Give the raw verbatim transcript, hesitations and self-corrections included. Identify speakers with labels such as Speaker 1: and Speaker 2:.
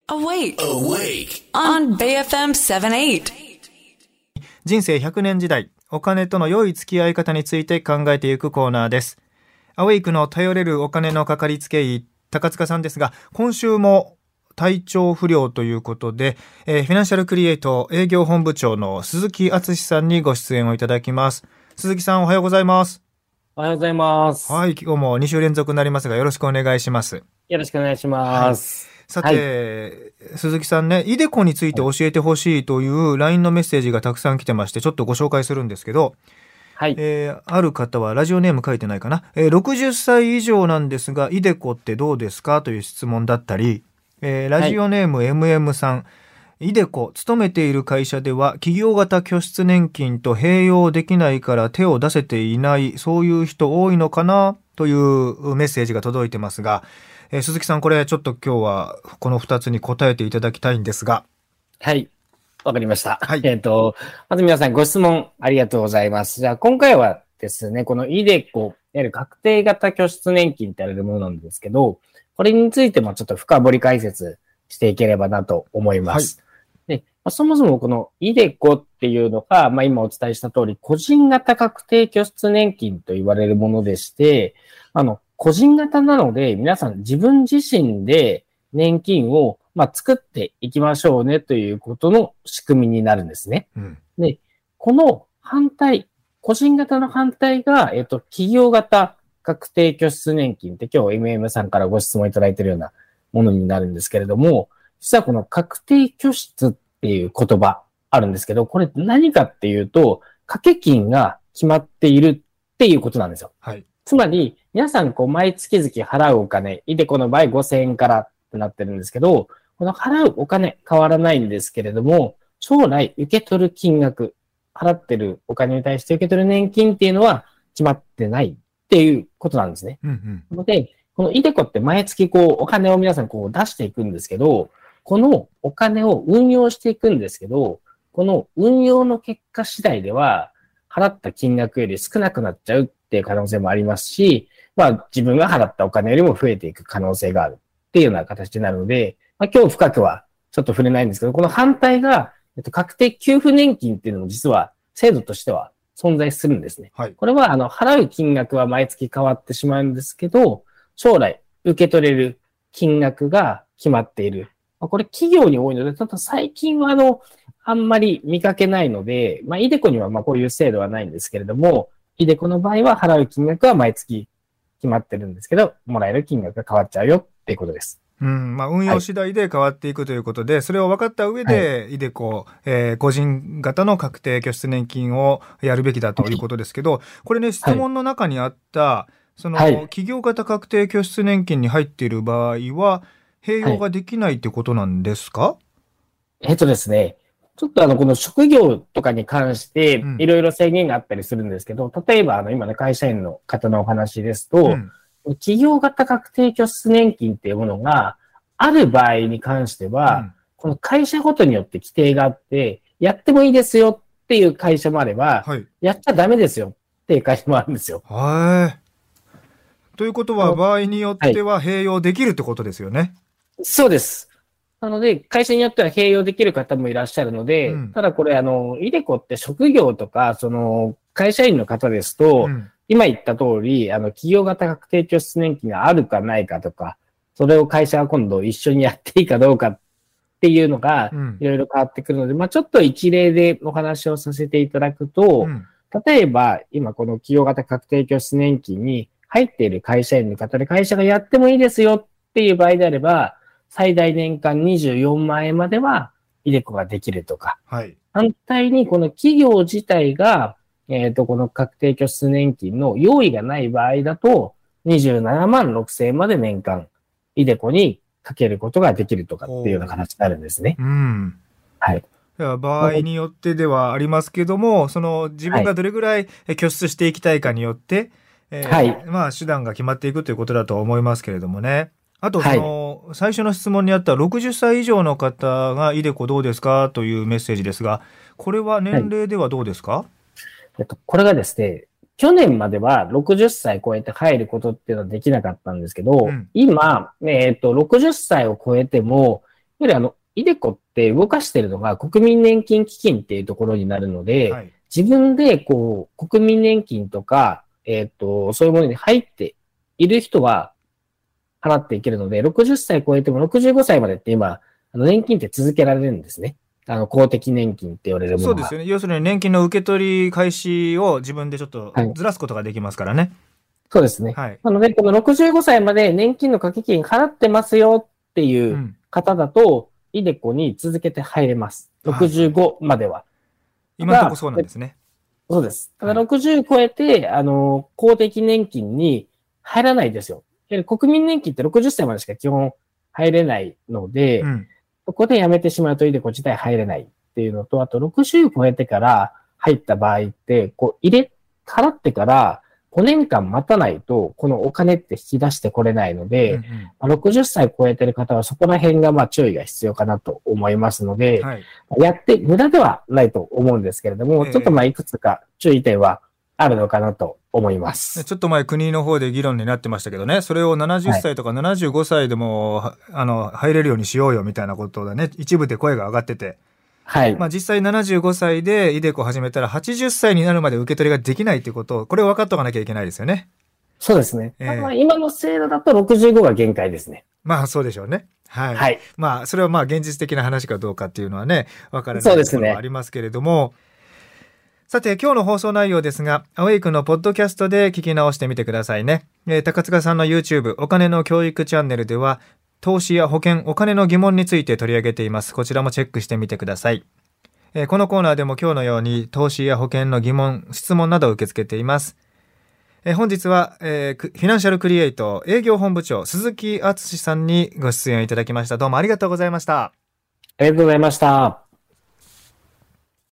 Speaker 1: Awake. Awake. On ベイエフエム セブンティーエイト。
Speaker 2: 人生ひゃくねん時代、お金との良い付き合い方について考えていくコーナーです。アウェイクの頼れるお金のかかりつけ医、高塚さんですが、今週も体調不良ということで、えー、フィナンシャルクリエイト営業本部長の鈴木敦さんにご出演をいただきます。鈴木さん、おはようございます。
Speaker 3: おはようございます。
Speaker 2: はい、今日もに週連続になりますが、よろしくお願いします。
Speaker 3: よろしくお願いします。
Speaker 2: はい、さて、はい、鈴木さんね、イデコについて教えてほしいという ライン のメッセージがたくさん来てまして、ちょっとご紹介するんですけど、
Speaker 3: はい、
Speaker 2: えー、ある方はラジオネーム書いてないかな、えー、ろくじゅっさい以上なんですがイデコってどうですかという質問だったり、えー、ラジオネーム エムエム さん、はい、イデコ勤めている会社では企業型拠出年金と併用できないから手を出せていない、そういう人多いのかなというメッセージが届いてますが、えー、鈴木さん、これちょっと今日はこのふたつに答えていただきたいんですが。
Speaker 3: はい、わかりました。
Speaker 2: はい、
Speaker 3: えっと、まず皆さんご質問ありがとうございます。じゃあ今回はですね、このイデコ、いわゆる確定型拠出年金ってあるものなんですけど、これについてもちょっと深掘り解説していければなと思います。はい、でまあ、そもそもこのイデコっていうのが、まあ今お伝えした通り、個人型確定拠出年金と言われるものでして、あの、個人型なので皆さん自分自身で年金をまあ、作っていきましょうねということの仕組みになるんですね。うん、で、この反対、個人型の反対が、えっと、企業型確定拠出年金って今日 エムエム さんからご質問いただいているようなものになるんですけれども、実はこの確定拠出っていう言葉あるんですけど、これ何かっていうと、掛け金が決まっているっていうことなんですよ。はい、つまり、皆さんこう毎月々払うお金、イデコの場合ごせんえんからってなってるんですけど、この払うお金変わらないんですけれども、将来受け取る金額、払ってるお金に対して受け取る年金っていうのは決まってないっていうことなんですね。うんうん、なので、このイデコって毎月こうお金を皆さんこう出していくんですけど、このお金を運用していくんですけど、この運用の結果次第では払った金額より少なくなっちゃうっていう可能性もありますし、まあ自分が払ったお金よりも増えていく可能性があるっていうような形になるので、まあ、今日深くはちょっと触れないんですけど、この反対が、えっと、確定給付年金っていうのも実は制度としては存在するんですね。はい、これはあの払う金額は毎月変わってしまうんですけど、将来受け取れる金額が決まっている。まあ、これ企業に多いので、ちょっと最近はあの、あんまり見かけないので、まあ、イデコにはまあこういう制度はないんですけれども、イデコの場合は払う金額は毎月決まってるんですけど、もらえる金額が変わっちゃうよっていうことです。
Speaker 2: うんまあ、運用次第で変わっていくということで、はい、それを分かった上で、はい、イデコ、えー、個人型の確定拠出年金をやるべきだということですけど、これね、質問の中にあった、はい、その、はい、企業型確定拠出年金に入っている場合は、併用ができないってことなんですか？はい、
Speaker 3: えっとですね、ちょっとあの、この職業とかに関して、いろいろ制限があったりするんですけど、うん、例えばあの、今の会社員の方のお話ですと、うん企業型確定拠出年金っていうものがある場合に関しては、うん、この会社ごとによって規定があって、やってもいいですよっていう会社もあれば、はい、やっちゃダメですよっていう会社もあるんですよ。
Speaker 2: はい。ということは、場合によっては併用できるってことですよね。はい、
Speaker 3: そうです。なので、会社によっては併用できる方もいらっしゃるので、うん、ただこれ、あの、イデコって職業とか、その、会社員の方ですと、うん今言った通り、あの、企業型確定拠出年金があるかないかとか、それを会社が今度一緒にやっていいかどうかっていうのが、いろいろ変わってくるので、うん、まあちょっと一例でお話をさせていただくと、うん、例えば、今この企業型確定拠出年金に入っている会社員の方で、会社がやってもいいですよっていう場合であれば、最大年間にじゅうよんまんえんまでは、イデコができるとか、はい、反対にこの企業自体が、えっと、この確定拠出年金の用意がない場合だと、にじゅうななまんろくせんえんまで年間、イデコにかけることができるとかっていうような形になるんですね。
Speaker 2: うん。はい。場合によってではありますけども、その自分がどれぐらい拠出していきたいかによって、はい、えー、まあ手段が決まっていくということだと思いますけれどもね。あと、その、はい、最初の質問にあったろくじゅっさい以上の方がイデコどうですかというメッセージですが、これは年齢ではどうですか？はい
Speaker 3: えっと、これがですね、去年まではろくじゅっさい超えて入ることっていうのはできなかったんですけど、うん、今、えっと、ろくじゅっさいを超えても、 ぱりあの、イデコって動かしてるのが国民年金基金っていうところになるので、
Speaker 2: はい、
Speaker 3: 自分でこう、国民年金とか、えっと、そういうものに入っている人は払っていけるので、ろくじゅっさい超えてもろくじゅうごさいまでって今、あの年金って続けられるんですね。あの、公的年金って言われるものが。
Speaker 2: そうですよね。要するに年金の受け取り開始を自分でちょっとずらすことができますからね。はい、
Speaker 3: そうですね。はい、なので、このろくじゅうごさいまで年金の掛け金払ってますよっていう方だと、うん、イデコに続けて入れます。ろくじゅうごまでは。はい、
Speaker 2: 今のところそうなんですね。
Speaker 3: そうです。ただろくじゅう超えて、あの、公的年金に入らないですよ。国民年金ってろくじゅっさいまでしか基本入れないので、うん、そこで辞めてしまうとイデコ自体入れないっていうのと、あとろくじゅう超えてから入った場合って、こう入れ、払ってからごねんかん待たないと、このお金って引き出してこれないので、うんうん、ろくじゅっさい超えてる方はそこら辺がまあ注意が必要かなと思いますので、はい、やって無駄ではないと思うんですけれども、えー、ちょっとまあいくつか注意点はあるのかなと思います。
Speaker 2: ちょっと前国の方で議論になってましたけどね、それをななじゅっさいとかななじゅうごさいでも、はい、あの入れるようにしようよみたいなことでね、一部で声が上がってて、はい。まあ実際ななじゅうごさいでイデコ始めたらはちじゅっさいになるまで受け取りができないっていうことを、これを分かっておかなきゃいけないですよね。
Speaker 3: そうですね。えー、今の制度だとろくじゅうごが限界ですね。
Speaker 2: まあそうでしょうね。はい。はい、まあそれはまあ現実的な話かどうかっていうのはね、分からないところはありますけれども、さて今日の放送内容ですが、アウェイクのポッドキャストで聞き直してみてくださいね。えー、高塚さんの YouTube お金の教育チャンネルでは、投資や保険、お金の疑問について取り上げています。こちらもチェックしてみてください。えー、このコーナーでも今日のように投資や保険の疑問、質問などを受け付けています。えー、本日は、えー、フィナンシャルクリエイト営業本部長鈴木敦さんにご出演いただきました。どうもありがとうございました。
Speaker 3: ありがとうございました。